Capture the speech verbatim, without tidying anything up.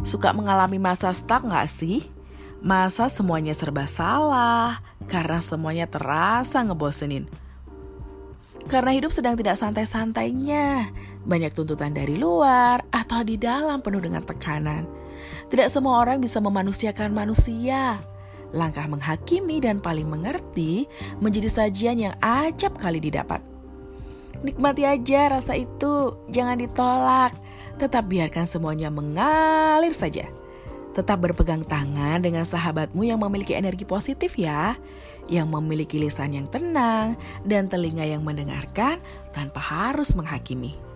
Suka mengalami masa stuck gak sih? Masa semuanya serba salah karena semuanya terasa ngebosenin. Karena hidup sedang tidak santai-santainya, banyak tuntutan dari luar atau di dalam penuh dengan tekanan. Tidak semua orang bisa memanusiakan manusia. Langkah menghakimi dan paling mengerti menjadi sajian yang acap kali didapat. Nikmati aja rasa itu, jangan ditolak. Tetap biarkan semuanya mengalir saja. Tetap berpegang tangan dengan sahabatmu yang memiliki energi positif ya. Yang memiliki lisan yang tenang dan telinga yang mendengarkan tanpa harus menghakimi.